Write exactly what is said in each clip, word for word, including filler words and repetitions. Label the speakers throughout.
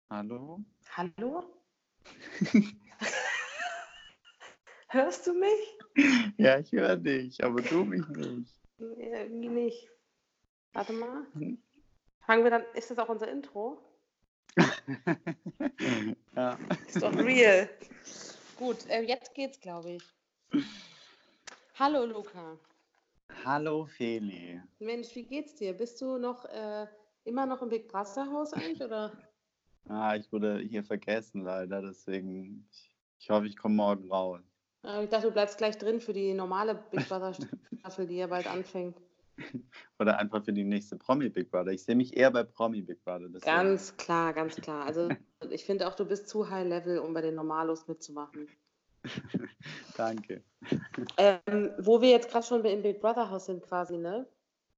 Speaker 1: Hallo?
Speaker 2: Hallo? Hörst du mich?
Speaker 1: Ja, ich höre dich, aber du mich nicht.
Speaker 2: Nee, irgendwie nicht. Warte mal.
Speaker 1: Hm?
Speaker 2: Fangen wir dann. Ist das auch unser Intro?
Speaker 1: Ja.
Speaker 2: Ist doch real. Gut, äh, jetzt geht's, glaube ich. Hallo Luca.
Speaker 1: Hallo Feli.
Speaker 2: Mensch, wie geht's dir? Bist du noch äh, immer noch im Big Brother Haus eigentlich, oder?
Speaker 1: Ah, ich wurde hier vergessen leider, deswegen, ich, ich hoffe, ich komme morgen raus.
Speaker 2: Äh, ich dachte, du bleibst gleich drin für die normale Big Brother Staffel, die ja bald anfängt.
Speaker 1: Oder einfach für die nächste Promi Big Brother. Ich sehe mich eher bei Promi Big Brother, deswegen.
Speaker 2: Ganz klar, ganz klar. Also ich finde auch, du bist zu high level, um bei den Normalos mitzumachen.
Speaker 1: Danke.
Speaker 2: Ähm, wo wir jetzt gerade schon im Big Brother Haus sind quasi, ne?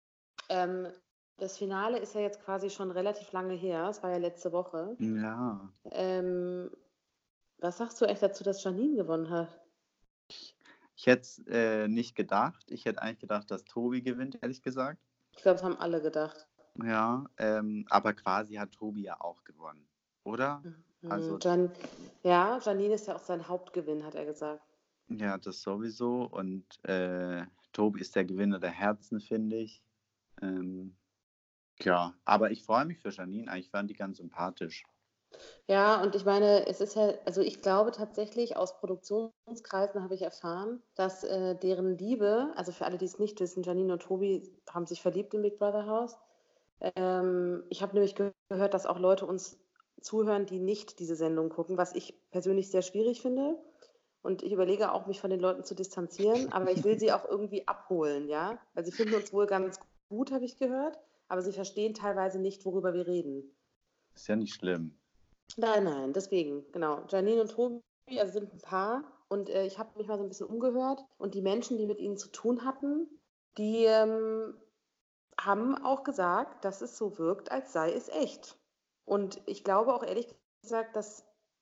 Speaker 2: Ähm, das Finale ist ja jetzt quasi schon relativ lange her. Es war ja letzte Woche.
Speaker 1: Ja.
Speaker 2: Ähm, was sagst du echt dazu, dass Janine gewonnen hat?
Speaker 1: Ich hätte es äh, nicht gedacht. Ich hätte eigentlich gedacht, dass Tobi gewinnt, ehrlich gesagt.
Speaker 2: Ich glaube, das haben alle gedacht.
Speaker 1: Ja, ähm, aber quasi hat Tobi ja auch gewonnen, oder?
Speaker 2: Mhm.
Speaker 1: Also,
Speaker 2: Jan ja, Janine ist ja auch sein Hauptgewinn, hat er gesagt.
Speaker 1: ja, das sowieso. Und äh, Tobi ist der Gewinner der Herzen, finde ich. Ähm, ja, aber ich freue mich für Janine. Ich fand die ganz sympathisch.
Speaker 2: Ja, und ich meine, es ist ja, also ich glaube tatsächlich, aus Produktionskreisen habe ich erfahren, dass äh, deren Liebe, also für alle, die es nicht wissen, Janine und Tobi haben sich verliebt im Big Brother Haus. Ähm, ich habe nämlich ge gehört, dass auch Leute uns zuhören, die nicht diese Sendung gucken, was ich persönlich sehr schwierig finde. Und ich überlege auch, mich von den Leuten zu distanzieren, aber ich will sie auch irgendwie abholen, ja? Weil sie finden uns wohl ganz gut, habe ich gehört, aber sie verstehen teilweise nicht, worüber wir reden.
Speaker 1: Ist ja nicht schlimm.
Speaker 2: Nein, nein, deswegen, genau. Janine und Tobi, also sind ein Paar und äh, ich habe mich mal so ein bisschen umgehört und die Menschen, die mit ihnen zu tun hatten, die ähm, haben auch gesagt, dass es so wirkt, als sei es echt. Und ich glaube auch ehrlich gesagt, dass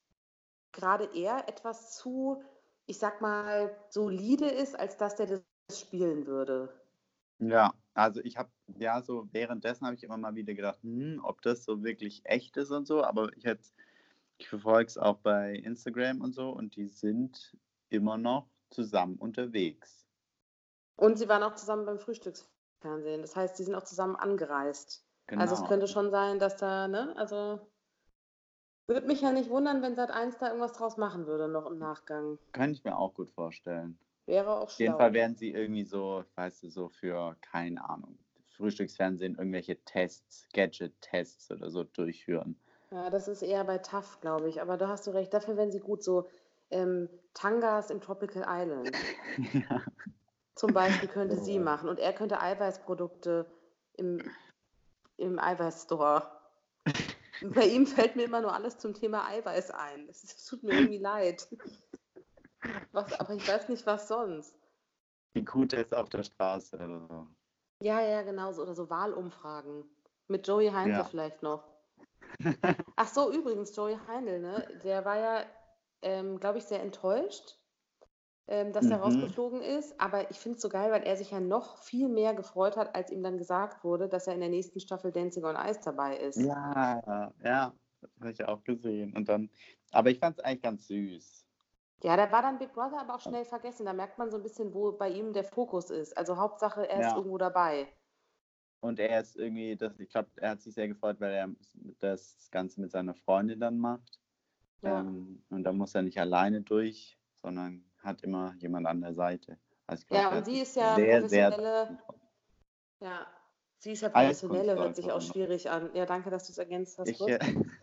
Speaker 2: gerade er etwas zu, ich sag mal, solide ist, als dass der das spielen würde.
Speaker 1: Ja, also ich habe, ja, so währenddessen habe ich immer mal wieder gedacht, hm, ob das so wirklich echt ist und so, aber ich hätte, ich verfolge es auch bei Instagram und so und die sind immer noch zusammen unterwegs.
Speaker 2: Und sie waren auch zusammen beim Frühstücksfernsehen. Das heißt, sie sind auch zusammen angereist. Also es
Speaker 1: Genau.
Speaker 2: könnte schon sein, dass da, ne, also würde mich ja nicht wundern, wenn Sat eins da irgendwas draus machen würde, noch im Nachgang.
Speaker 1: Könnte ich mir auch gut vorstellen.
Speaker 2: Wäre auch
Speaker 1: Auf jeden Fall
Speaker 2: schlau.
Speaker 1: werden sie irgendwie so, weißt du, so für, keine Ahnung, Frühstücksfernsehen irgendwelche Tests, Gadget-Tests oder so durchführen.
Speaker 2: Ja, das ist eher bei Tough, glaube ich. Aber da hast du recht, dafür wären sie gut. So ähm, Tangas im Tropical Island
Speaker 1: Ja.
Speaker 2: zum Beispiel könnte sie
Speaker 1: Oh.
Speaker 2: machen. Und er könnte Eiweißprodukte im, im Eiweißstore. Bei ihm fällt mir immer nur alles zum Thema Eiweiß ein. Es, es tut mir irgendwie leid. Was, aber ich weiß nicht, was sonst.
Speaker 1: Die Kuhtests auf der Straße oder so.
Speaker 2: Ja, ja, genau so. Oder so Wahlumfragen. Mit Joey Heindl
Speaker 1: Ja.
Speaker 2: vielleicht noch. Ach so, übrigens, Joey Heindl, ne? Der war ja, ähm, glaube ich, sehr enttäuscht, ähm, dass der
Speaker 1: Mhm.
Speaker 2: rausgeflogen ist. Aber ich finde es so geil, weil er sich ja noch viel mehr gefreut hat, als ihm dann gesagt wurde, dass er in der nächsten Staffel Dancing on Ice dabei ist.
Speaker 1: Ja, ja, das habe ich auch gesehen. Und dann, aber ich fand es eigentlich ganz süß.
Speaker 2: Ja, der war dann Big Brother aber auch schnell vergessen. Da merkt man so ein bisschen, wo bei ihm der Fokus ist. Also Hauptsache, er ist
Speaker 1: Ja,
Speaker 2: irgendwo dabei.
Speaker 1: und er ist irgendwie, das, ich glaube, er hat sich sehr gefreut, weil er das Ganze mit seiner Freundin dann macht.
Speaker 2: Ja,
Speaker 1: Ähm, und da muss er nicht alleine durch, sondern hat immer jemand an der Seite. Also ich glaube,
Speaker 2: ja,
Speaker 1: er
Speaker 2: und
Speaker 1: hat
Speaker 2: sie
Speaker 1: sich
Speaker 2: ist ja
Speaker 1: sehr, sehr
Speaker 2: professionelle,
Speaker 1: gefreut.
Speaker 2: ja, sie ist ja professionelle, hört sich auch
Speaker 1: Eiskunstläuferin.
Speaker 2: schwierig an. Ja, danke, dass du es ergänzt hast
Speaker 1: Ich,
Speaker 2: kurz.
Speaker 1: äh,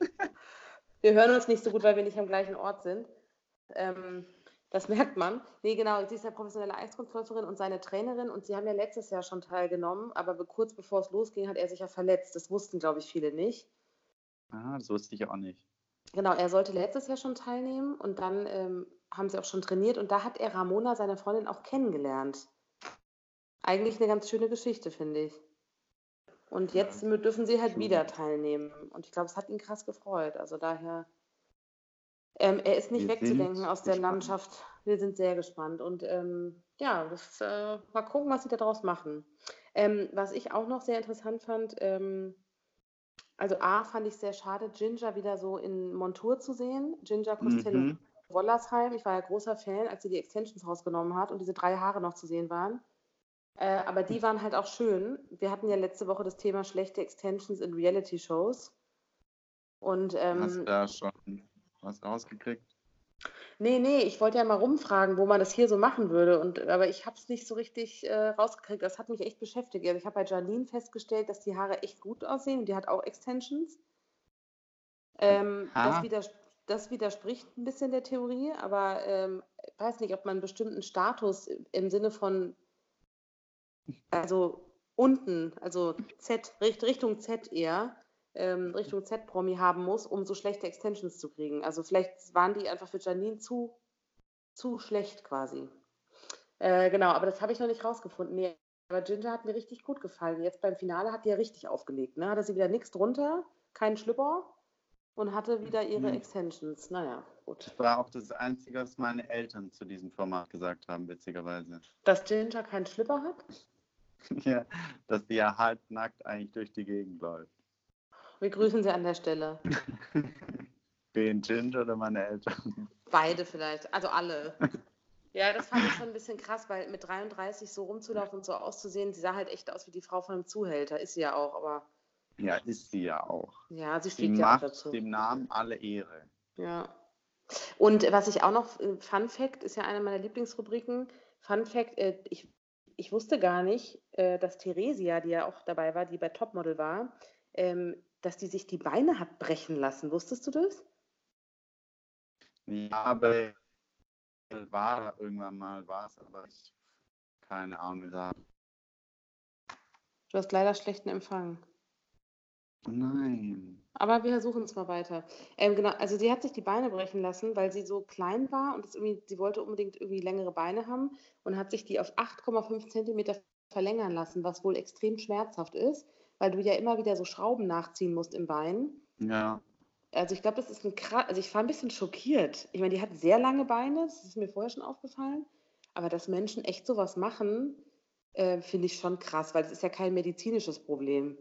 Speaker 2: Wir hören uns nicht so gut, weil wir nicht am gleichen Ort sind. Ähm, das merkt man. Nee, genau, sie ist ja professionelle Eiskunstläuferin und seine Trainerin und sie haben ja letztes Jahr schon teilgenommen, aber kurz bevor es losging, hat er sich ja verletzt. Das wussten, glaube ich, viele nicht.
Speaker 1: ah, das wusste ich auch nicht.
Speaker 2: Genau, er sollte letztes Jahr schon teilnehmen und dann ähm, haben sie auch schon trainiert und da hat er Ramona, seine Freundin, auch kennengelernt. Eigentlich eine ganz schöne Geschichte, finde ich. Und
Speaker 1: Ja,
Speaker 2: jetzt dürfen sie halt
Speaker 1: true.
Speaker 2: wieder teilnehmen. Und ich glaube, es hat ihn krass gefreut. Also daher, ähm, er ist nicht
Speaker 1: Wir
Speaker 2: wegzudenken
Speaker 1: sind
Speaker 2: aus der
Speaker 1: gespannt.
Speaker 2: Landschaft. Wir sind sehr gespannt. Und ähm, ja, das, äh, mal gucken, was sie daraus machen. Ähm, was ich auch noch sehr interessant fand, ähm, Also A fand ich sehr schade, Ginger wieder so in Montur zu sehen. Ginger Costello
Speaker 1: Mhm.
Speaker 2: Wollersheim. Ich war ja großer Fan, als sie die Extensions rausgenommen hat und diese drei Haare noch zu sehen waren. Äh, aber die waren halt auch schön. Wir hatten ja letzte Woche das Thema schlechte Extensions in Reality-Shows. Und
Speaker 1: Hast du
Speaker 2: ähm,
Speaker 1: da schon was rausgekriegt?
Speaker 2: nee, nee, ich wollte ja mal rumfragen, wo man das hier so machen würde. Und, aber ich habe es nicht so richtig äh, rausgekriegt. Das hat mich echt beschäftigt. Also ich habe bei Janine festgestellt, dass die Haare echt gut aussehen. Und die hat auch Extensions. Ähm, das,
Speaker 1: Ha?
Speaker 2: widers das widerspricht ein bisschen der Theorie, aber ähm, ich weiß nicht, ob man einen bestimmten Status im Sinne von, also unten, also Z, Richtung Z eher, ähm, Richtung Z-Promi haben muss, um so schlechte Extensions zu kriegen. Also vielleicht waren die einfach für Janine zu, zu schlecht quasi. Äh, genau, aber das habe ich noch nicht rausgefunden. Nee, aber Ginger hat mir richtig gut gefallen. Jetzt beim Finale hat die ja richtig aufgelegt. Ne? Hatte sie wieder nichts drunter, keinen Schlüpper und hatte wieder ihre
Speaker 1: Hm.
Speaker 2: Extensions. Naja, gut.
Speaker 1: Das war auch das Einzige, was meine Eltern zu diesem Format gesagt haben, witzigerweise.
Speaker 2: Dass Ginger keinen Schlüpper hat?
Speaker 1: Ja, dass die ja halbnackt eigentlich durch die Gegend läuft.
Speaker 2: Wir grüßen sie an der Stelle.
Speaker 1: Wen, Ginger oder meine Eltern?
Speaker 2: Beide vielleicht, also alle. Ja, das fand ich schon ein bisschen krass, weil mit dreiunddreißig so rumzulaufen und so auszusehen, sie sah halt echt aus wie die Frau von einem Zuhälter. Ist sie ja auch, aber
Speaker 1: Ja, ist sie ja auch.
Speaker 2: ja, sie
Speaker 1: Sie
Speaker 2: steht ja auch
Speaker 1: macht
Speaker 2: dazu.
Speaker 1: dem Namen alle Ehre.
Speaker 2: Ja. Und was ich auch noch, äh, Fun Fact ist ja eine meiner Lieblingsrubriken. Fun Fact, äh, ich, ich wusste gar nicht, äh, dass Theresia, die ja auch dabei war, die bei Topmodel war, ähm, dass die sich die Beine hat brechen lassen. Wusstest du das?
Speaker 1: Ja, aber war irgendwann mal was, aber ich keine Ahnung gesagt.
Speaker 2: Du hast leider schlechten Empfang.
Speaker 1: Nein.
Speaker 2: Aber wir versuchen es mal weiter. Ähm, genau, also sie hat sich die Beine brechen lassen, weil sie so klein war und es irgendwie, sie wollte unbedingt irgendwie längere Beine haben und hat sich die auf acht Komma fünf Zentimeter verlängern lassen, was wohl extrem schmerzhaft ist, weil du ja immer wieder so Schrauben nachziehen musst im Bein.
Speaker 1: Ja.
Speaker 2: Also ich glaube, das ist ein krass, also ich war ein bisschen schockiert. Ich meine, die hat sehr lange Beine, das ist mir vorher schon aufgefallen, aber dass Menschen echt sowas machen, äh, finde ich schon krass, weil es ist ja kein medizinisches Problem.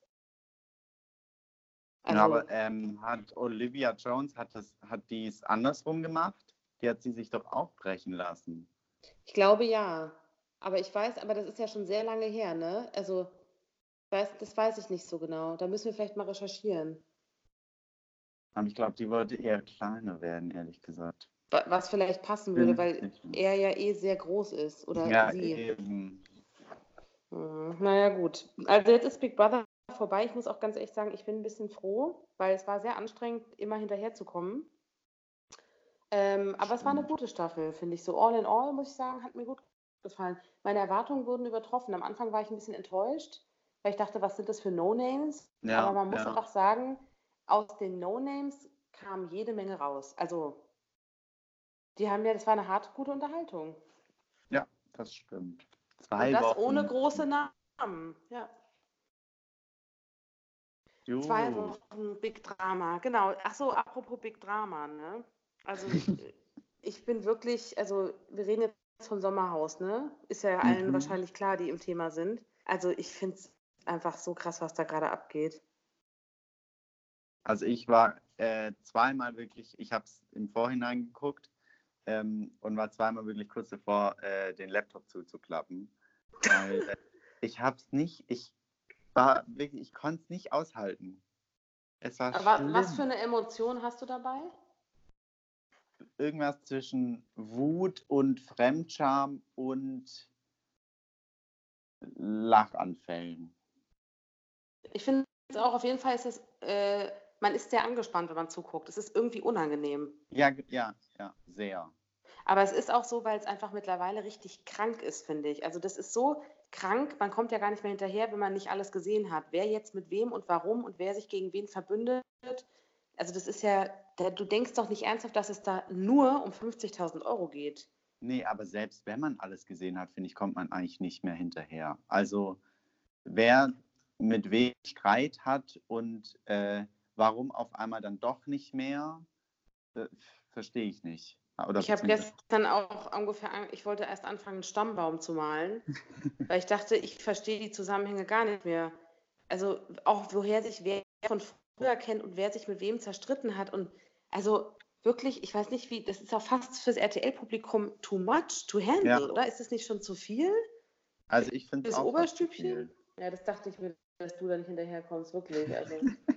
Speaker 1: Ja,
Speaker 2: Also
Speaker 1: aber ähm, hat Olivia Jones, hat das, hat die es andersrum gemacht? Die hat sie sich doch auch brechen lassen.
Speaker 2: ich glaube ja. Aber ich weiß, aber das ist ja schon sehr lange her, ne? Also, weiß, das weiß ich nicht so genau. Da müssen wir vielleicht mal recherchieren.
Speaker 1: Aber ich glaube, die wollte eher kleiner werden, ehrlich gesagt.
Speaker 2: Wa- Was vielleicht passen
Speaker 1: Bin
Speaker 2: würde,
Speaker 1: nicht
Speaker 2: weil
Speaker 1: sicher.
Speaker 2: er ja eh sehr groß ist oder
Speaker 1: Ja,
Speaker 2: sie.
Speaker 1: eben.
Speaker 2: Hm, naja, gut. Also jetzt ist Big Brother vorbei. Ich muss auch ganz ehrlich sagen, ich bin ein bisschen froh, weil es war sehr anstrengend, immer hinterherzukommen. Ähm, aber es war eine
Speaker 1: Stimmt.
Speaker 2: gute Staffel, finde ich. So all in all, muss ich sagen, hat mir gut gefallen. Meine Erwartungen wurden übertroffen. Am Anfang war ich ein bisschen enttäuscht, weil ich dachte, was sind das für No-Names? Aber
Speaker 1: Ja,
Speaker 2: man muss
Speaker 1: ja.
Speaker 2: einfach sagen, aus den No-Names kam jede Menge raus. Also, die haben ja, das war eine harte, gute Unterhaltung.
Speaker 1: Ja, das stimmt.
Speaker 2: Und
Speaker 1: Zwei
Speaker 2: das ohne
Speaker 1: Wochen.
Speaker 2: große Namen. Ja, zwei
Speaker 1: Jo.
Speaker 2: Wochen Big Drama. Genau. Ach so, apropos Big Drama, ne? Also, äh, ich bin wirklich, also, wir reden jetzt von Sommerhaus, ne? Ist ja allen
Speaker 1: Mhm.
Speaker 2: wahrscheinlich klar, die im Thema sind. Also, ich finde es einfach so krass, was da gerade abgeht.
Speaker 1: Also ich war äh, zweimal wirklich, ich habe es im Vorhinein geguckt ähm, und war zweimal wirklich kurz davor, äh, den Laptop zuzuklappen. Weil äh, ich habe es nicht, ich war wirklich, ich konnte es nicht aushalten. Es war
Speaker 2: Aber was für
Speaker 1: schlimm.
Speaker 2: eine Emotion hast du dabei?
Speaker 1: Irgendwas zwischen Wut und Fremdscham und Lachanfällen.
Speaker 2: Ich finde es auch, auf jeden Fall ist es, äh, man ist sehr angespannt, wenn man zuguckt. Es ist irgendwie unangenehm.
Speaker 1: Ja, ge- ja, ja, sehr.
Speaker 2: Aber es ist auch so, weil es einfach mittlerweile richtig krank ist, finde ich. Also das ist so krank, man kommt ja gar nicht mehr hinterher, wenn man nicht alles gesehen hat. Wer jetzt mit wem und warum und wer sich gegen wen verbündet. Also das ist ja, da, du denkst doch nicht ernsthaft, dass es da nur um fünfzigtausend Euro geht.
Speaker 1: Nee, aber selbst wenn man alles gesehen hat, finde ich, kommt man eigentlich nicht mehr hinterher. Also wer mit wem Streit hat und äh, warum auf einmal dann doch nicht mehr, äh, verstehe ich nicht. Oder
Speaker 2: Ich habe
Speaker 1: beziehungsweise,
Speaker 2: gestern auch ungefähr, an, ich wollte erst anfangen, einen Stammbaum zu malen, weil ich dachte, ich verstehe die Zusammenhänge gar nicht mehr. Also auch woher sich wer von früher kennt und wer sich mit wem zerstritten hat. Und also wirklich, ich weiß nicht wie, das ist auch fast fürs R T L-Publikum too much to handle,
Speaker 1: Ja.
Speaker 2: oder? Ist das nicht schon zu viel?
Speaker 1: Also ich finde es
Speaker 2: Fürs
Speaker 1: auch fast zu
Speaker 2: Oberstübchen?
Speaker 1: viel.
Speaker 2: Ja, das dachte ich mir, dass du da nicht hinterherkommst, wirklich. Also.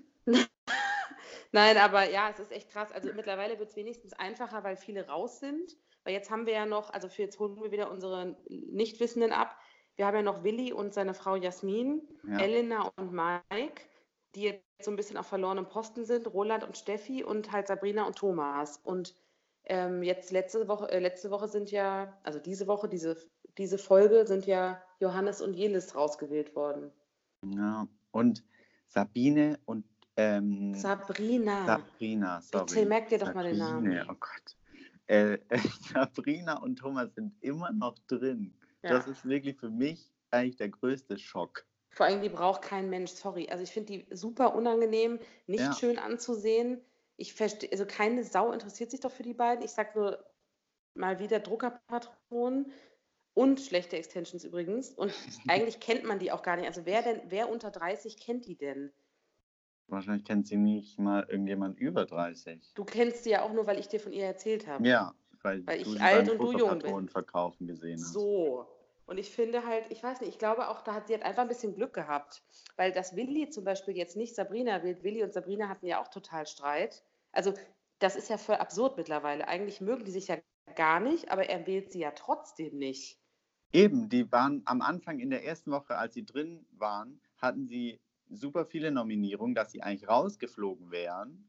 Speaker 2: Nein, aber ja, es ist echt krass. Also mittlerweile wird es wenigstens einfacher, weil viele raus sind. Weil jetzt haben wir ja noch, also für jetzt holen wir wieder unsere Nichtwissenden ab. Wir haben ja noch Willi und seine Frau Jasmin,
Speaker 1: Ja.
Speaker 2: Elena und Mike, die jetzt so ein bisschen auf verlorenem Posten sind, Roland und Steffi und halt Sabrina und Thomas. Und ähm, jetzt letzte Woche, äh, letzte Woche sind ja, also diese Woche, diese, diese Folge sind ja Johannes und Jelis rausgewählt worden.
Speaker 1: Ja, und Sabine und ähm,
Speaker 2: Sabrina.
Speaker 1: Sabrina, sorry.
Speaker 2: Bitte merk dir doch
Speaker 1: Sabine,
Speaker 2: mal den Namen.
Speaker 1: Oh Gott. Äh, Sabrina und Thomas sind immer noch drin. Ja. Das ist wirklich für mich eigentlich der größte Schock.
Speaker 2: Vor allem, die braucht kein Mensch, sorry. Also ich finde die super unangenehm, nicht ja. schön anzusehen. Ich verstehe, also keine Sau interessiert sich doch für die beiden. Ich sag nur mal wieder Druckerpatronen und schlechte Extensions übrigens. Und eigentlich kennt man die auch gar nicht. Also wer denn, wer unter dreißig kennt die denn?
Speaker 1: Wahrscheinlich kennt sie nicht mal irgendjemand über dreißig.
Speaker 2: Du kennst sie ja auch nur, weil ich dir von ihr erzählt habe.
Speaker 1: Ja, weil,
Speaker 2: weil
Speaker 1: du
Speaker 2: ich
Speaker 1: sie
Speaker 2: alt
Speaker 1: beim
Speaker 2: und du jung bin.
Speaker 1: Verkaufen gesehen hast.
Speaker 2: So. Und ich finde halt, ich weiß nicht, ich glaube auch, da hat sie halt einfach ein bisschen Glück gehabt. Weil das Willi zum Beispiel jetzt nicht Sabrina wählt. Willi und Sabrina hatten ja auch total Streit. Also das ist ja voll absurd mittlerweile. Eigentlich mögen die sich ja gar nicht, aber er wählt sie ja trotzdem nicht.
Speaker 1: Eben, die waren am Anfang in der ersten Woche, als sie drin waren, hatten sie super viele Nominierungen, dass sie eigentlich rausgeflogen wären.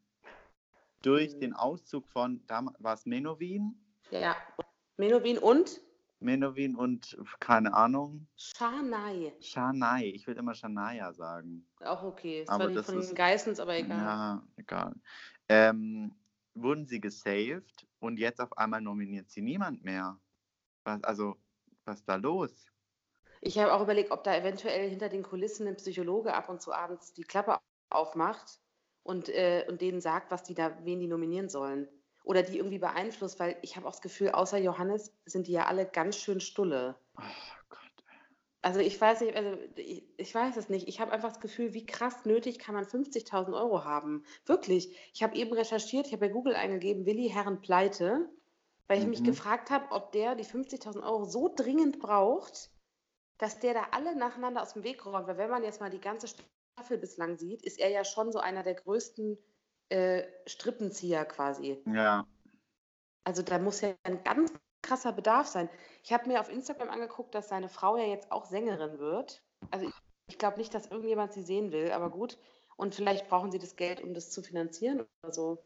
Speaker 1: Durch hm. den Auszug von, war es Menowin?
Speaker 2: Ja, Menowin und?
Speaker 1: Menowin und, keine Ahnung.
Speaker 2: Schanai.
Speaker 1: Schanai, ich will immer Schanaya sagen.
Speaker 2: Auch okay, ist
Speaker 1: aber
Speaker 2: zwar nicht
Speaker 1: das
Speaker 2: von
Speaker 1: ist,
Speaker 2: den Geissens, aber egal.
Speaker 1: Ja, egal. Ähm, wurden sie gesaved und jetzt auf einmal nominiert sie niemand mehr. Was, also, was ist da los?
Speaker 2: Ich habe auch überlegt, ob da eventuell hinter den Kulissen ein Psychologe ab und zu abends die Klappe aufmacht und, äh, und denen sagt, was die da, wen die nominieren sollen. Oder die irgendwie beeinflusst, weil ich habe auch das Gefühl, außer Johannes sind die ja alle ganz schön stulle.
Speaker 1: Oh Gott.
Speaker 2: Also ich weiß nicht, also ich, ich weiß es nicht. Ich habe einfach das Gefühl, wie krass nötig kann man fünfzigtausend Euro haben. Wirklich. Ich habe eben recherchiert, ich habe bei Google eingegeben, Willi Herren Pleite, weil ich mhm. mich gefragt habe, ob der die fünfzigtausend Euro so dringend braucht, dass der da alle nacheinander aus dem Weg räumt. Weil wenn man jetzt mal die ganze Staffel bislang sieht, ist er ja schon so einer der größten äh, Strippenzieher quasi.
Speaker 1: Ja.
Speaker 2: Also da muss ja ein ganz krasser Bedarf sein. Ich habe mir auf Instagram angeguckt, dass seine Frau ja jetzt auch Sängerin wird. Also ich, ich glaube nicht, dass irgendjemand sie sehen will, aber gut. Und vielleicht brauchen sie das Geld, um das zu finanzieren oder so.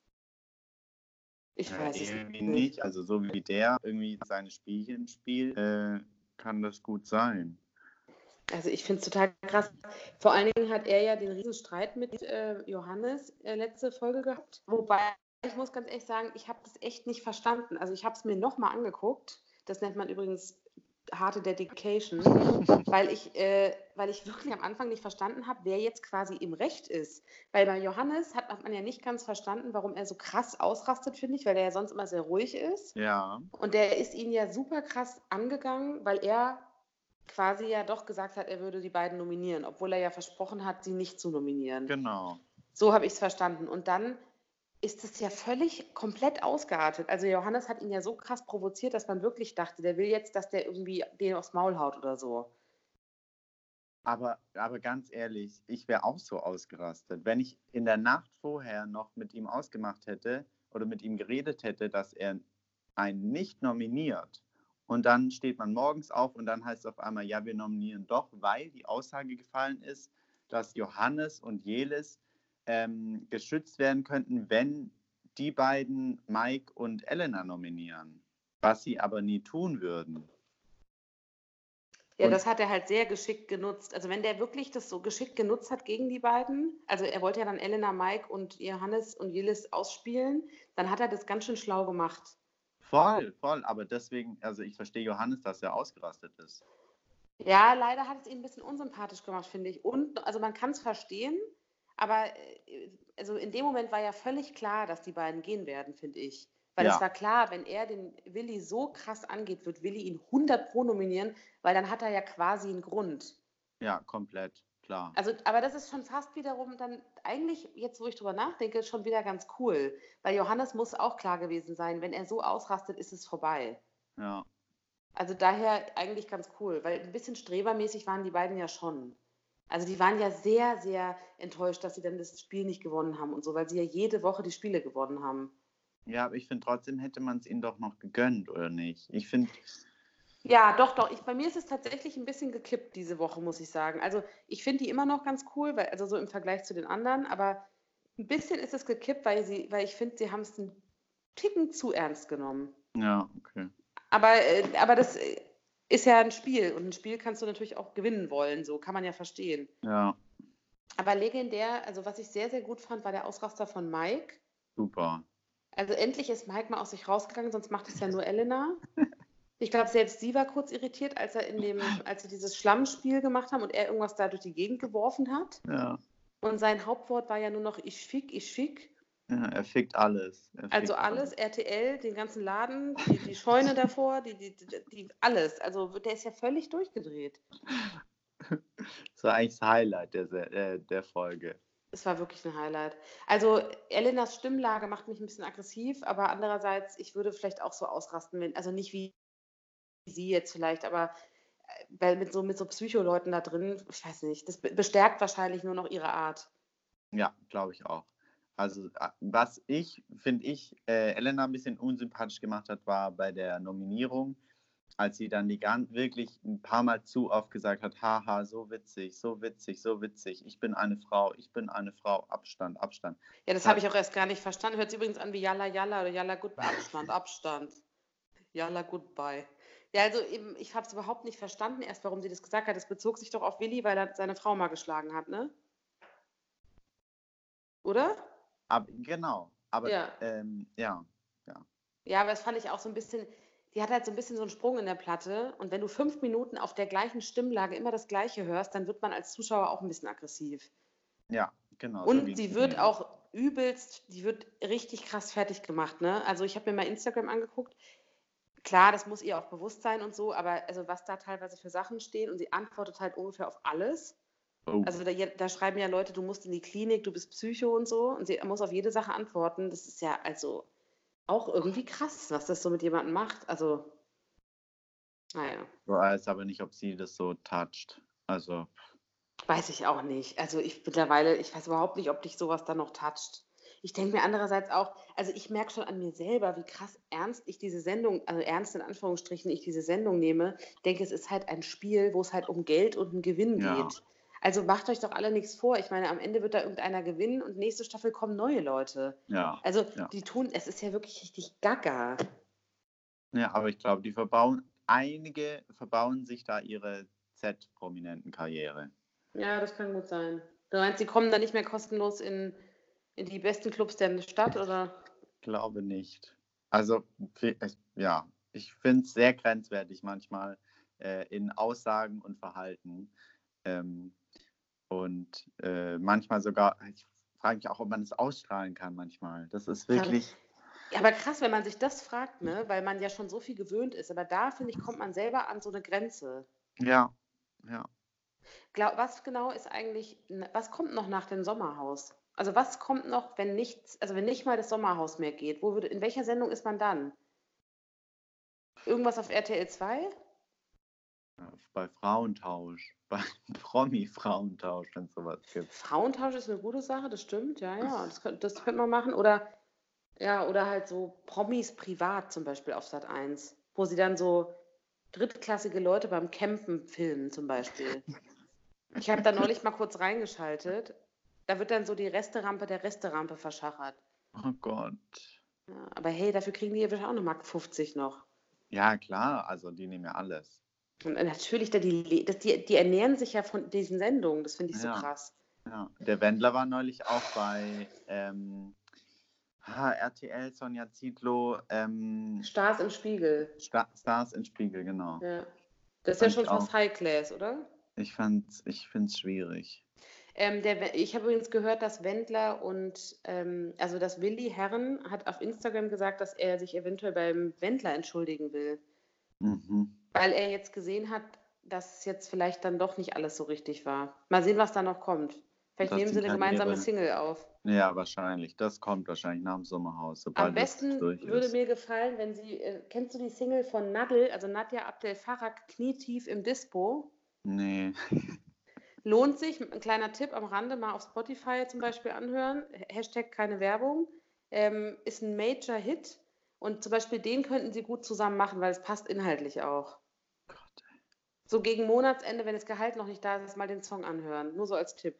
Speaker 2: Ich
Speaker 1: ja,
Speaker 2: weiß es
Speaker 1: irgendwie
Speaker 2: nicht.
Speaker 1: nicht. Also so wie der irgendwie seine Spielchen spielt, äh, kann das gut sein.
Speaker 2: Also ich finde es total krass. Vor allen Dingen hat er ja den Riesenstreit mit äh, Johannes äh, letzte Folge gehabt. Wobei, ich muss ganz ehrlich sagen, ich habe das echt nicht verstanden. Also ich habe es mir nochmal angeguckt. Das nennt man übrigens harte Dedication, weil ich, äh, weil ich wirklich am Anfang nicht verstanden habe, wer jetzt quasi im Recht ist. Weil bei Johannes hat man ja nicht ganz verstanden, warum er so krass ausrastet, finde ich, weil er ja sonst immer sehr ruhig ist.
Speaker 1: Ja.
Speaker 2: Und der ist ihn ja super krass angegangen, weil er quasi ja doch gesagt hat, er würde die beiden nominieren, obwohl er ja versprochen hat, sie nicht zu nominieren.
Speaker 1: Genau.
Speaker 2: So habe ich es verstanden. Und dann ist es ja völlig komplett ausgeartet. Also Johannes hat ihn ja so krass provoziert, dass man wirklich dachte, der will jetzt, dass der irgendwie den aufs Maul haut oder so.
Speaker 1: Aber, aber ganz ehrlich, ich wäre auch so ausgerastet. Wenn ich in der Nacht vorher noch mit ihm ausgemacht hätte oder mit ihm geredet hätte, dass er einen nicht nominiert und dann steht man morgens auf und dann heißt es auf einmal, ja, wir nominieren doch, weil die Aussage gefallen ist, dass Johannes und Jelis ähm, geschützt werden könnten, wenn die beiden Mike und Elena nominieren, was sie aber nie tun würden.
Speaker 2: Ja, und das hat er halt sehr geschickt genutzt. Also wenn der wirklich das so geschickt genutzt hat gegen die beiden, also er wollte ja dann Elena, Mike und Johannes und Jelis ausspielen, dann hat er das ganz schön schlau gemacht.
Speaker 1: Voll, voll, aber deswegen, also ich verstehe Johannes, dass er ausgerastet ist.
Speaker 2: Ja, leider hat es ihn ein bisschen unsympathisch gemacht, finde ich. Und, also man kann es verstehen, aber also in dem Moment war ja völlig klar, dass die beiden gehen werden, finde ich. Weil ja. Es war klar, wenn er den Willi so krass angeht, wird Willi ihn hundert pro nominieren, weil dann hat er ja quasi einen Grund.
Speaker 1: Ja, komplett. klar.
Speaker 2: Also, aber das ist schon fast wiederum dann eigentlich, jetzt wo ich drüber nachdenke, schon wieder ganz cool, weil Johannes muss auch klar gewesen sein, wenn er so ausrastet, ist es vorbei.
Speaker 1: Ja.
Speaker 2: Also daher eigentlich ganz cool, weil ein bisschen strebermäßig waren die beiden ja schon. Also die waren ja sehr, sehr enttäuscht, dass sie dann das Spiel nicht gewonnen haben und so, weil sie ja jede Woche die Spiele gewonnen haben.
Speaker 1: Ja, aber ich finde trotzdem hätte man es ihnen doch noch gegönnt, oder nicht? Ich finde,
Speaker 2: Ja, doch, doch. Ich, bei mir ist es tatsächlich ein bisschen gekippt diese Woche, muss ich sagen. Also ich finde die immer noch ganz cool, weil, also so im Vergleich zu den anderen, aber ein bisschen ist es gekippt, weil sie, weil ich finde, sie haben es einen Ticken zu ernst genommen.
Speaker 1: ja, okay.
Speaker 2: Aber, äh, aber das äh, ist ja ein Spiel und ein Spiel kannst du natürlich auch gewinnen wollen, so kann man ja verstehen.
Speaker 1: Ja,
Speaker 2: Aber legendär, also was ich sehr, sehr gut fand, war der Ausraster von Mike.
Speaker 1: super.
Speaker 2: Also endlich ist Mike mal aus sich rausgegangen, sonst macht es ja nur Elena. Ich glaube, selbst sie war kurz irritiert, als er in dem, als sie dieses Schlammspiel gemacht haben und er irgendwas da durch die Gegend geworfen hat.
Speaker 1: Ja,
Speaker 2: Und sein Hauptwort war ja nur noch ich fick, ich fick.
Speaker 1: ja, er fickt alles. Er
Speaker 2: Also
Speaker 1: fickt
Speaker 2: alles, R T L, den ganzen Laden, die, die Scheune davor, die, die, die, die, alles. Also der ist ja völlig durchgedreht.
Speaker 1: Das war eigentlich das Highlight der, Se- äh, der Folge.
Speaker 2: Es war wirklich ein Highlight. Also Elenas Stimmlage macht mich ein bisschen aggressiv, aber andererseits, ich würde vielleicht auch so ausrasten, wenn, also nicht wie sie jetzt vielleicht, aber äh, weil mit so, mit so Psycholeuten da drin, ich weiß nicht, das be- bestärkt wahrscheinlich nur noch ihre Art.
Speaker 1: Ja, glaube ich auch. Also, äh, was ich, finde ich, äh, Elena ein bisschen unsympathisch gemacht hat, war bei der Nominierung, als sie dann die gan wirklich ein paar Mal zu oft gesagt hat, haha, so witzig, so witzig, so witzig, ich bin eine Frau, ich bin eine Frau, Abstand, Abstand.
Speaker 2: Ja, das
Speaker 1: Das
Speaker 2: habe
Speaker 1: hat,
Speaker 2: ich auch erst gar nicht verstanden. Hört sich übrigens an wie Yalla Yalla oder Yalla Goodbye. Abstand, Abstand. Yalla Goodbye. Ja, also eben, ich habe es überhaupt nicht verstanden erst, warum sie das gesagt hat. Das bezog sich doch auf Willi, weil er seine Frau mal geschlagen hat, ne? Oder?
Speaker 1: ab, genau, aber
Speaker 2: Ja.
Speaker 1: ähm, ja, ja,
Speaker 2: Ja, aber das fand ich auch so ein bisschen, die hat halt so ein bisschen so einen Sprung in der Platte. Und wenn du fünf Minuten auf der gleichen Stimmlage immer das Gleiche hörst, dann wird man als Zuschauer auch ein bisschen aggressiv.
Speaker 1: ja, genau, so
Speaker 2: Und
Speaker 1: ging es
Speaker 2: sie wird
Speaker 1: mir auch.
Speaker 2: auch übelst, die wird richtig krass fertig gemacht, ne? Also ich habe mir mal Instagram angeguckt. Klar, das muss ihr auch bewusst sein und so, aber also was da teilweise für Sachen stehen und sie antwortet halt ungefähr auf alles.
Speaker 1: Oh,
Speaker 2: Also da, da schreiben ja Leute, du musst in die Klinik, du bist Psycho und so und sie muss auf jede Sache antworten. Das ist ja also auch irgendwie krass, was das so mit jemandem macht. Also, naja,
Speaker 1: ich weiß aber nicht, ob sie das so toucht. Also,
Speaker 2: weiß ich auch nicht. Also ich mittlerweile, ich weiß überhaupt nicht, ob dich sowas dann noch toucht. Ich denke mir andererseits auch, also ich merke schon an mir selber, wie krass ernst ich diese Sendung, also ernst in Anführungsstrichen, ich diese Sendung nehme. Denke, es ist halt ein Spiel, wo es halt um Geld und einen Gewinn
Speaker 1: ja,
Speaker 2: geht. Also macht euch doch alle nichts vor. Ich meine, am Ende wird da irgendeiner gewinnen und nächste Staffel kommen neue Leute.
Speaker 1: ja,
Speaker 2: Also
Speaker 1: ja.
Speaker 2: die tun, es ist ja wirklich richtig gaga.
Speaker 1: Ja, aber ich glaube, die verbauen, einige verbauen sich da ihre Z-prominenten Karriere.
Speaker 2: Ja, das kann gut sein. Du meinst, sie kommen dann nicht mehr kostenlos in, in die besten Clubs der Stadt, oder?
Speaker 1: Glaube nicht. Also, fi- ich- ja, ich finde es sehr grenzwertig manchmal äh, in Aussagen und Verhalten. Ähm, und äh, manchmal sogar, ich frage mich auch, ob man es ausstrahlen kann manchmal. Das ist
Speaker 2: Ja, aber,
Speaker 1: wirklich,
Speaker 2: ja, aber krass, wenn man sich das fragt, ne? Weil man ja schon so viel gewöhnt ist. Aber da, finde ich, kommt man selber an so eine Grenze.
Speaker 1: ja, ja.
Speaker 2: Glaub, was genau ist eigentlich, was kommt noch nach dem Sommerhaus? Also was kommt noch, wenn nichts, also wenn nicht mal das Sommerhaus mehr geht? Wo würde, in welcher Sendung ist man dann? Irgendwas auf R T L zwei?
Speaker 1: Bei Frauentausch, bei Promi-Frauentausch, wenn es sowas gibt.
Speaker 2: Frauentausch ist eine gute Sache, das stimmt, ja, ja. Das, könnt- das könnte man machen. Oder ja, oder halt so Promis privat zum Beispiel auf Sat eins, wo sie dann so drittklassige Leute beim Campen filmen zum Beispiel. Ich habe da neulich mal kurz reingeschaltet. Da wird dann so die Resterampe der Resterampe verschachert.
Speaker 1: Oh Gott.
Speaker 2: Ja, aber hey, dafür kriegen die ja wahrscheinlich auch eine Mark fünfzig noch.
Speaker 1: Ja, klar, also die nehmen ja alles.
Speaker 2: Und natürlich, da die, le- das, die, die ernähren sich ja von diesen Sendungen. Das finde ich so
Speaker 1: Ja,
Speaker 2: krass.
Speaker 1: ja. Der Wendler war neulich auch bei ähm, ah, R T L, Sonja Zietlow, ähm,
Speaker 2: Stars im Spiegel.
Speaker 1: Sta Stars in Spiegel, genau.
Speaker 2: Ja. Das ist ja
Speaker 1: Fand
Speaker 2: schon
Speaker 1: ich
Speaker 2: fast
Speaker 1: auch.
Speaker 2: High Class, oder?
Speaker 1: Ich fand's, ich find's schwierig.
Speaker 2: Ähm, der, We- ich habe übrigens gehört, dass Wendler und, ähm, also dass Willi Herren hat auf Instagram gesagt, dass er sich eventuell beim Wendler entschuldigen will.
Speaker 1: Mhm.
Speaker 2: Weil er jetzt gesehen hat, dass es jetzt vielleicht dann doch nicht alles so richtig war. Mal sehen, was da noch kommt. Vielleicht
Speaker 1: Dass
Speaker 2: nehmen
Speaker 1: die
Speaker 2: sie eine gemeinsame
Speaker 1: Karriere,
Speaker 2: Single auf.
Speaker 1: ja, wahrscheinlich. Das kommt wahrscheinlich nach dem Sommerhaus,
Speaker 2: Am
Speaker 1: sobald das
Speaker 2: besten
Speaker 1: durch
Speaker 2: würde
Speaker 1: ist.
Speaker 2: mir gefallen, wenn sie, äh, kennst du die Single von Nadel, also Nadja Abdel Farag, Knietief im Dispo?
Speaker 1: Nee.
Speaker 2: Lohnt sich, ein kleiner Tipp am Rande, mal auf Spotify zum Beispiel anhören. Hashtag keine Werbung. Ähm, ist ein Major-Hit und zum Beispiel den könnten sie gut zusammen machen, weil es passt inhaltlich auch.
Speaker 1: Gott.
Speaker 2: So gegen Monatsende, wenn das Gehalt noch nicht da ist, mal den Song anhören. Nur so als Tipp.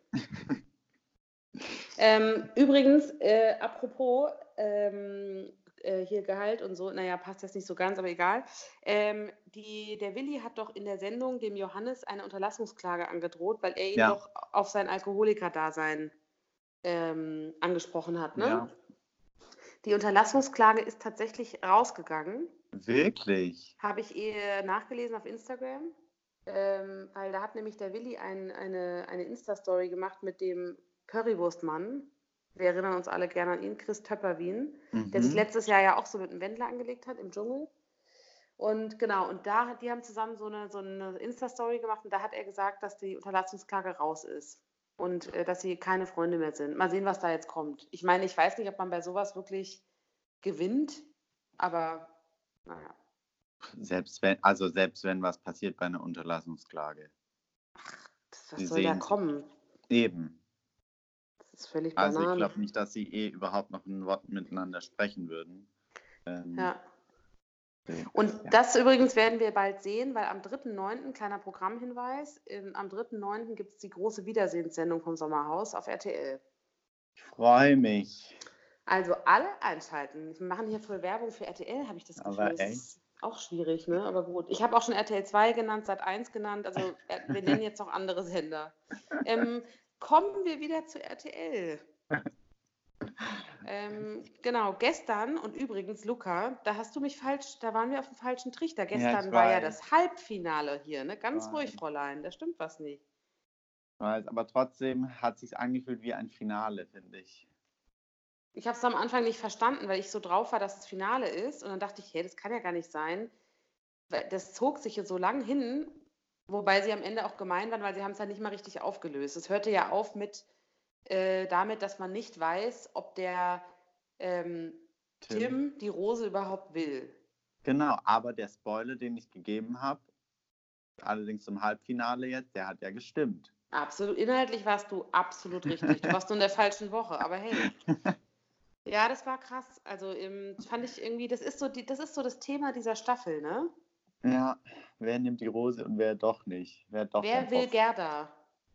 Speaker 2: ähm, übrigens, äh, apropos ähm, äh, hier Gehalt und so, naja, passt jetzt nicht so ganz, aber egal. Ähm, die, der Willi hat doch in der Sendung dem Johannes eine Unterlassungsklage angedroht, weil er ihn
Speaker 1: Ja.
Speaker 2: doch auf sein Alkoholiker-Dasein ähm, angesprochen hat, ne?
Speaker 1: Ja.
Speaker 2: Die Unterlassungsklage ist tatsächlich rausgegangen.
Speaker 1: Wirklich?
Speaker 2: Habe ich eh nachgelesen auf Instagram. Ähm, weil da hat nämlich der Willi ein, eine, eine Insta-Story gemacht mit dem Currywurstmann. Wir erinnern uns alle gerne an ihn, Chris Töpperwien,
Speaker 1: Mhm.
Speaker 2: der sich letztes Jahr ja auch so mit einem Wendler angelegt hat im Dschungel. Und genau, und da, die haben zusammen so eine, so eine Insta-Story gemacht und da hat er gesagt, dass die Unterlassungsklage raus ist und äh, dass sie keine Freunde mehr sind. Mal sehen, was da jetzt kommt. Ich meine, ich weiß nicht, ob man bei sowas wirklich gewinnt, aber naja.
Speaker 1: Selbst wenn, also selbst wenn was passiert bei einer Unterlassungsklage.
Speaker 2: Was
Speaker 1: Sie
Speaker 2: soll da
Speaker 1: sehen
Speaker 2: kommen?
Speaker 1: eben.
Speaker 2: Das ist völlig
Speaker 1: Also ich
Speaker 2: Banane.
Speaker 1: glaube nicht, dass sie eh überhaupt noch ein Wort miteinander sprechen würden. Ähm,
Speaker 2: Ja.
Speaker 1: äh,
Speaker 2: Und
Speaker 1: ja.
Speaker 2: das übrigens werden wir bald sehen, weil am dritten neunten, kleiner Programmhinweis, ähm, am dritten neunten gibt es die große Wiedersehenssendung vom Sommerhaus auf R T L.
Speaker 1: Ich freue mich.
Speaker 2: Also alle einschalten. Wir machen hier voll Werbung für R T L, habe ich das Gefühl.
Speaker 1: Aber
Speaker 2: Das
Speaker 1: echt?
Speaker 2: ist auch schwierig, ne? Aber gut. Ich habe auch schon R T L zwei genannt, Sat eins genannt, also äh, wir nennen jetzt noch andere Sender. Ähm, kommen wir wieder zu R T L. Ähm, genau, gestern und übrigens, Luca, da hast du mich falsch, da waren wir auf dem falschen Trichter. Gestern
Speaker 1: ich
Speaker 2: war ja
Speaker 1: weiß.
Speaker 2: das Halbfinale hier, ne? Ganz
Speaker 1: Weiß.
Speaker 2: ruhig, Fräulein, da stimmt was nicht.
Speaker 1: Weiß, aber trotzdem hat sich angefühlt wie ein Finale, finde ich.
Speaker 2: Ich habe es am Anfang nicht verstanden, weil ich so drauf war, dass es Finale ist. Und dann dachte ich, hey, das kann ja gar nicht sein. Weil das zog sich ja so lang hin, wobei sie am Ende auch gemein waren, weil sie haben es ja nicht mal richtig aufgelöst. Es hörte ja auf mit äh, damit, dass man nicht weiß, ob der ähm,
Speaker 1: Tim.
Speaker 2: Tim die Rose überhaupt will.
Speaker 1: Genau, aber der Spoiler, den ich gegeben habe, allerdings zum Halbfinale jetzt, der hat ja gestimmt.
Speaker 2: Absolut, inhaltlich warst du absolut richtig. Du warst nur in der falschen Woche, aber hey. Ja, das war krass. Also ähm, fand ich irgendwie, das ist so die, das ist so das Thema dieser Staffel, ne?
Speaker 1: Ja, wer nimmt die Rose und wer doch nicht? Wer doch
Speaker 2: Wer
Speaker 1: dann
Speaker 2: will
Speaker 1: oft.
Speaker 2: Gerda?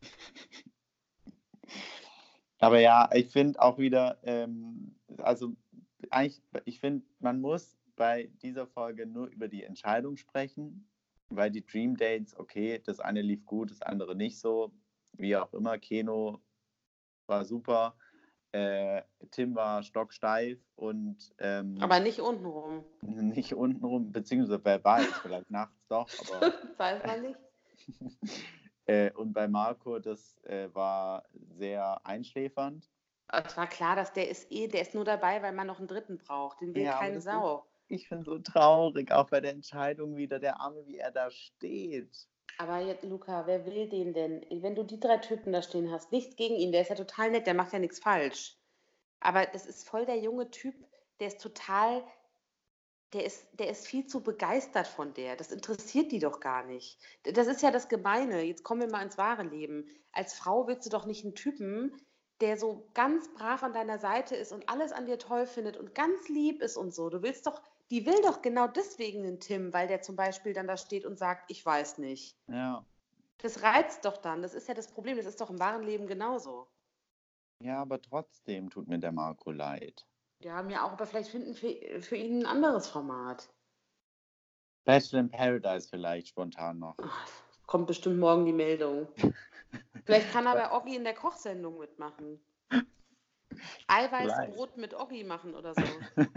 Speaker 1: Aber ja, ich finde auch wieder, ähm, also eigentlich, ich finde, man muss bei dieser Folge nur über die Entscheidung sprechen, weil die Dream Dates, okay, das eine lief gut, das andere nicht so, wie auch immer. Keno war super, äh, Tim war stocksteif und ähm,
Speaker 2: Aber nicht untenrum.
Speaker 1: nicht untenrum, beziehungsweise wer weiß, vielleicht nachts doch, aber
Speaker 2: Weiß man nicht.
Speaker 1: äh, und bei Marco, das äh, war sehr einschläfernd.
Speaker 2: Es war klar, dass der ist eh, der ist nur dabei, weil man noch einen Dritten braucht. Den will
Speaker 1: Ja, aber
Speaker 2: keine
Speaker 1: das
Speaker 2: Sau.
Speaker 1: ist, ich finde so traurig, auch bei der Entscheidung wieder, der Arme, wie er da steht.
Speaker 2: Aber jetzt, Luca, wer will den denn? Wenn du die drei Typen da stehen hast, nichts gegen ihn, der ist ja total nett, der macht ja nichts falsch. Aber das ist voll der junge Typ, der ist total, der ist, der ist viel zu begeistert von der. Das interessiert die doch gar nicht. Das ist ja das Gemeine. Jetzt kommen wir mal ins wahre Leben. Als Frau willst du doch nicht einen Typen, der so ganz brav an deiner Seite ist und alles an dir toll findet und ganz lieb ist und so. Du willst doch, die will doch genau deswegen einen Tim, weil der zum Beispiel dann da steht und sagt, ich weiß nicht.
Speaker 1: Ja.
Speaker 2: Das reizt doch dann. Das ist ja das Problem. Das ist doch im wahren Leben genauso.
Speaker 1: Ja, aber trotzdem tut mir der Marco leid.
Speaker 2: Ja, mir auch, aber vielleicht finden für, für ihn ein anderes Format.
Speaker 1: Bachelor in Paradise vielleicht spontan noch.
Speaker 2: Ach, kommt bestimmt morgen die Meldung. Vielleicht kann er bei Oggi in der Kochsendung mitmachen. Eiweißbrot mit Oggi machen oder so.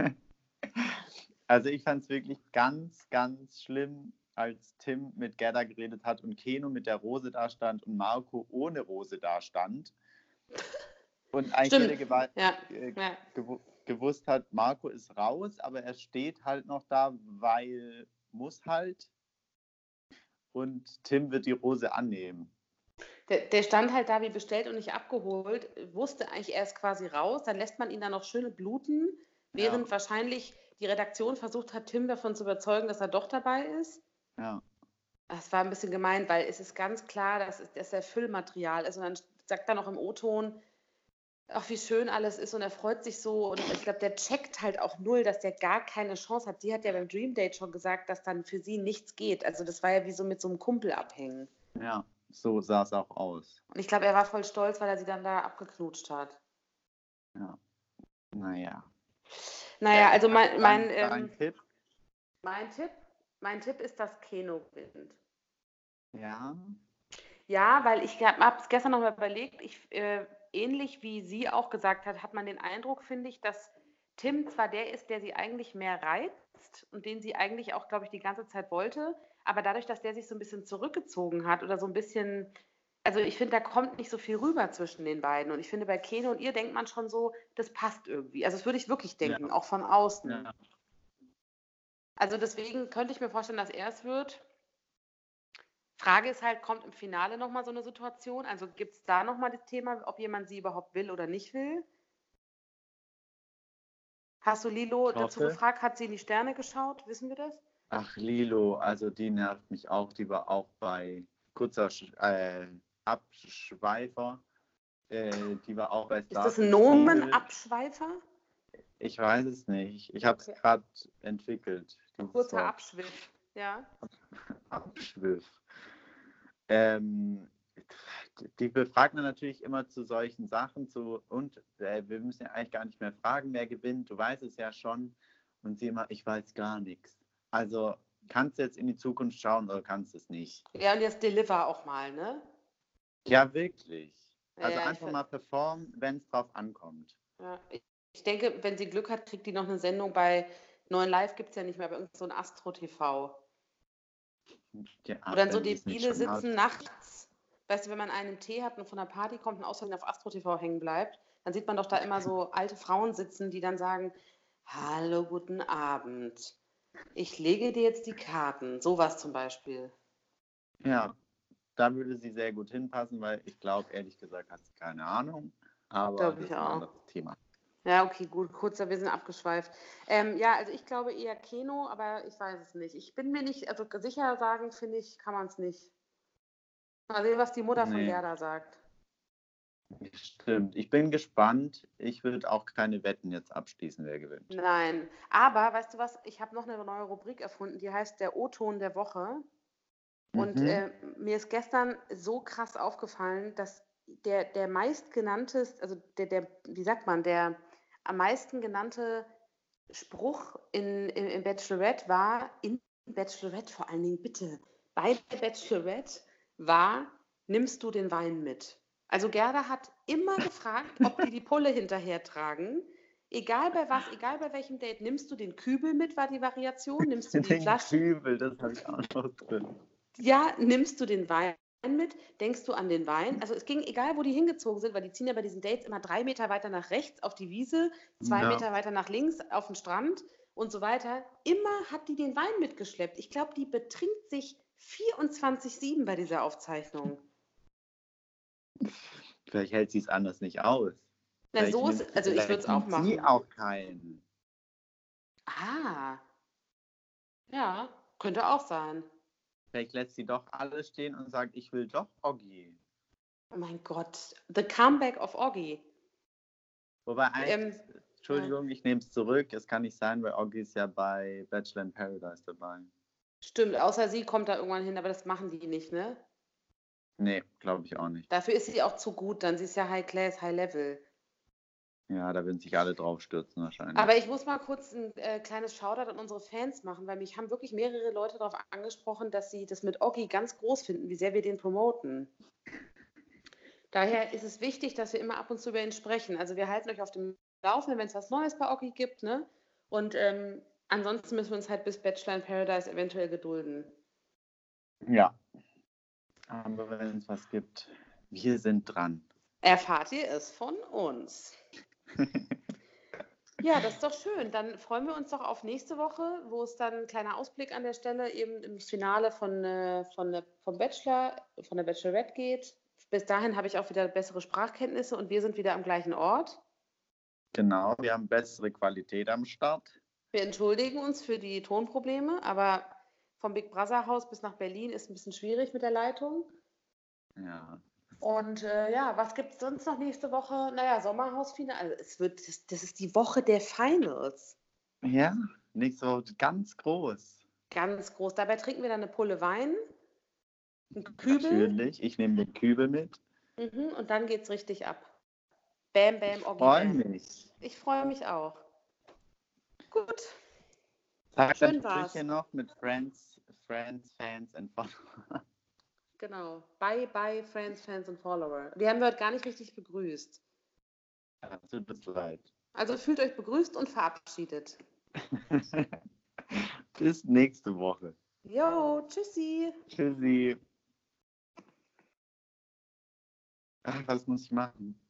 Speaker 1: Also ich fand es wirklich ganz, ganz schlimm, als Tim mit Gerda geredet hat und Keno mit der Rose da stand und Marco ohne Rose da stand. Und eigentlich
Speaker 2: Stimmt.
Speaker 1: jeder gew
Speaker 2: Ja,
Speaker 1: äh,
Speaker 2: ja.
Speaker 1: gew gewusst hat, Marco ist raus, aber er steht halt noch da, weil muss halt. und Tim wird die Rose annehmen.
Speaker 2: Der, der stand halt da wie bestellt und nicht abgeholt, wusste eigentlich, er ist quasi raus. Dann lässt man ihn da noch schöne bluten, während
Speaker 1: Ja.
Speaker 2: wahrscheinlich die Redaktion versucht hat, Tim davon zu überzeugen, dass er doch dabei ist.
Speaker 1: Ja.
Speaker 2: Das war ein bisschen gemein, weil es ist ganz klar, dass es der Füllmaterial ist. Und dann sagt er noch im O-Ton, ach, wie schön alles ist. Und er freut sich so. Und ich glaube, der checkt halt auch null, dass der gar keine Chance hat. Sie hat ja beim Dream Date schon gesagt, dass dann für sie nichts geht. Also das war ja wie so mit so einem Kumpel abhängen.
Speaker 1: Ja, so sah es auch aus.
Speaker 2: Und ich glaube, er war voll stolz, weil er sie dann da abgeknutscht hat.
Speaker 1: Ja, naja.
Speaker 2: Naja, also mein,
Speaker 1: Dein,
Speaker 2: mein,
Speaker 1: dein
Speaker 2: ähm,
Speaker 1: Tipp?
Speaker 2: mein Tipp, mein Tipp ist, dass Keno gewinnt.
Speaker 1: Ja.
Speaker 2: Ja, weil ich habe es gestern noch mal überlegt, ich, äh, ähnlich wie sie auch gesagt hat, hat man den Eindruck, finde ich, dass Tim zwar der ist, der sie eigentlich mehr reizt und den sie eigentlich auch, glaube ich, die ganze Zeit wollte, aber dadurch, dass der sich so ein bisschen zurückgezogen hat oder so ein bisschen, also ich finde, da kommt nicht so viel rüber zwischen den beiden. Und ich finde, bei Keno und ihr denkt man schon so, das passt irgendwie. Also das würde ich wirklich denken,
Speaker 1: Ja.
Speaker 2: auch von außen.
Speaker 1: Ja.
Speaker 2: Also deswegen könnte ich mir vorstellen, dass er es wird. Frage ist halt, kommt im Finale nochmal so eine Situation? Also gibt es da nochmal das Thema, ob jemand sie überhaupt will oder nicht will? Hast du Lilo
Speaker 1: Ich
Speaker 2: dazu
Speaker 1: hoffe.
Speaker 2: gefragt? Hat sie in die Sterne geschaut? Wissen wir das?
Speaker 1: Ach, Lilo, also die nervt mich auch. Die war auch bei kurzer Sch- äh, Abschweifer. Äh, die war auch bei
Speaker 2: Ist das
Speaker 1: Stars
Speaker 2: ein
Speaker 1: im Spiegel.
Speaker 2: Nomenabschweifer?
Speaker 1: Ich weiß es nicht. Ich habe es
Speaker 2: Okay.
Speaker 1: gerade entwickelt. dieses
Speaker 2: Kurzer
Speaker 1: Wort.
Speaker 2: Abschwiff, ja.
Speaker 1: Abschwiff. Ähm, die befragt man natürlich immer zu solchen Sachen, zu, und äh, wir müssen ja eigentlich gar nicht mehr fragen, wer gewinnt, du weißt es ja schon. Und sie immer, ich weiß gar nichts. Also kannst du jetzt in die Zukunft schauen oder kannst du es nicht?
Speaker 2: Ja, und jetzt Deliver auch mal, ne?
Speaker 1: Ja, wirklich. Also
Speaker 2: Ja, ich,
Speaker 1: einfach mal performen, wenn es drauf ankommt.
Speaker 2: ja, ich, ich denke, wenn sie Glück hat, kriegt die noch eine Sendung bei neun Live, gibt es ja nicht mehr, bei irgend so ein Astro T V.
Speaker 1: Ja,
Speaker 2: Wo dann so
Speaker 1: wenn sie es nicht
Speaker 2: Debile
Speaker 1: schon hat.
Speaker 2: sitzen nachts, weißt du, wenn man einen Tee hat und von der Party kommt und außerdem auf Astro T V hängen bleibt, dann sieht man doch da immer so alte Frauen sitzen, die dann sagen, hallo, guten Abend, ich lege dir jetzt die Karten, sowas zum Beispiel.
Speaker 1: Ja, da würde sie sehr gut hinpassen, weil ich glaube, ehrlich gesagt, hat sie keine Ahnung. Aber
Speaker 2: Glaube
Speaker 1: das
Speaker 2: ich
Speaker 1: ist ein
Speaker 2: auch.
Speaker 1: anderes Thema.
Speaker 2: Ja, okay, gut, kurzer, wir sind abgeschweift. Ähm, ja, also ich glaube eher Keno, aber ich weiß es nicht. Ich bin mir nicht, also sicher sagen, finde ich, kann man es nicht. Mal sehen, was die Mutter von
Speaker 1: Nee.
Speaker 2: Gerda sagt.
Speaker 1: Stimmt. Ich bin gespannt. Ich würde auch keine Wetten jetzt abschließen, wer gewinnt.
Speaker 2: Nein, aber weißt du was, ich habe noch eine neue Rubrik erfunden, die heißt der O-Ton der Woche. Und
Speaker 1: Mhm.
Speaker 2: äh, mir ist gestern so krass aufgefallen, dass der, der meistgenannte, also der, der, wie sagt man, der am meisten genannte Spruch in, in, in Bachelorette war, in Bachelorette vor allen Dingen, bitte, bei der Bachelorette war, nimmst du den Wein mit? Also Gerda hat immer gefragt, ob die die Pulle hinterher tragen. Egal bei was, egal bei welchem Date, nimmst du den Kübel mit, war die Variation, nimmst du die
Speaker 1: Den
Speaker 2: Flasche?
Speaker 1: Kübel, das habe ich auch noch drin.
Speaker 2: Ja, nimmst du den Wein mit? Denkst du an den Wein? Also es ging, egal wo die hingezogen sind, weil die ziehen ja bei diesen Dates immer drei Meter weiter nach rechts auf die Wiese, zwei
Speaker 1: Ja.
Speaker 2: Meter weiter nach links auf den Strand und so weiter. Immer hat die den Wein mitgeschleppt. Ich glaube, die betrinkt sich vierundzwanzig sieben bei dieser Aufzeichnung.
Speaker 1: Vielleicht hält sie es anders nicht aus.
Speaker 2: Na,
Speaker 1: Vielleicht
Speaker 2: so ist,
Speaker 1: nimmt,
Speaker 2: also ich würde
Speaker 1: vielleicht
Speaker 2: es auch
Speaker 1: nimmt sie
Speaker 2: machen.
Speaker 1: auch keinen.
Speaker 2: Ah, ja, könnte auch sein.
Speaker 1: Vielleicht lässt sie doch alles stehen und sagt, ich will doch Oggi.
Speaker 2: Oh mein Gott, the comeback of Oggi.
Speaker 1: Wobei eigentlich,
Speaker 2: Ähm,
Speaker 1: Entschuldigung, ich nehme es zurück. Es kann nicht sein, weil Oggi ist ja bei Bachelor in Paradise dabei.
Speaker 2: Stimmt, außer sie kommt da irgendwann hin, aber das machen die nicht, ne?
Speaker 1: Nee, glaube ich auch nicht.
Speaker 2: Dafür ist sie auch zu gut, dann sie ist ja High Class, High Level.
Speaker 1: Ja, da würden sich alle drauf stürzen wahrscheinlich.
Speaker 2: Aber ich muss mal kurz ein äh, kleines Shoutout an unsere Fans machen, weil mich haben wirklich mehrere Leute darauf angesprochen, dass sie das mit Oggi ganz groß finden, wie sehr wir den promoten. Daher ist es wichtig, dass wir immer ab und zu über ihn sprechen. Also wir halten euch auf dem Laufenden, wenn es was Neues bei Oggi gibt, ne? Und ähm, ansonsten müssen wir uns halt bis Bachelor in Paradise eventuell gedulden.
Speaker 1: Ja. Aber wenn es was gibt, wir sind dran.
Speaker 2: Erfahrt ihr es von uns. Ja, das ist doch schön. Dann freuen wir uns doch auf nächste Woche, wo es dann ein kleiner Ausblick an der Stelle eben im Finale von, äh, von der, vom Bachelor, von der Bachelorette geht. Bis dahin habe ich auch wieder bessere Sprachkenntnisse und wir sind wieder am gleichen Ort.
Speaker 1: Genau, wir haben bessere Qualität am Start.
Speaker 2: Wir entschuldigen uns für die Tonprobleme, aber vom Big Brother Haus bis nach Berlin ist ein bisschen schwierig mit der Leitung.
Speaker 1: Ja.
Speaker 2: Und äh, ja, was gibt es sonst noch nächste Woche? Naja, Sommerhausfinale. Also es wird, das, das ist die Woche der Finals.
Speaker 1: Ja, nicht so ganz groß.
Speaker 2: Ganz groß. Dabei trinken wir dann eine Pulle Wein, einen Kübel.
Speaker 1: Natürlich, ich nehme den Kübel mit.
Speaker 2: Mhm, und dann geht's richtig ab. Bam, bam,
Speaker 1: Ich
Speaker 2: Oggi,
Speaker 1: freue
Speaker 2: bam.
Speaker 1: mich.
Speaker 2: Ich freue mich auch. Gut,
Speaker 1: Sag
Speaker 2: schön
Speaker 1: deine
Speaker 2: war's.
Speaker 1: Sprüche noch mit Friends, Friends, Fans and Followers.
Speaker 2: Genau. Bye, bye, Friends, Fans und Follower. Die haben wir heute gar nicht richtig begrüßt.
Speaker 1: Ja, tut es leid.
Speaker 2: Also fühlt euch begrüßt und verabschiedet.
Speaker 1: Bis nächste Woche.
Speaker 2: Jo, tschüssi.
Speaker 1: Tschüssi. Ach, was muss ich machen?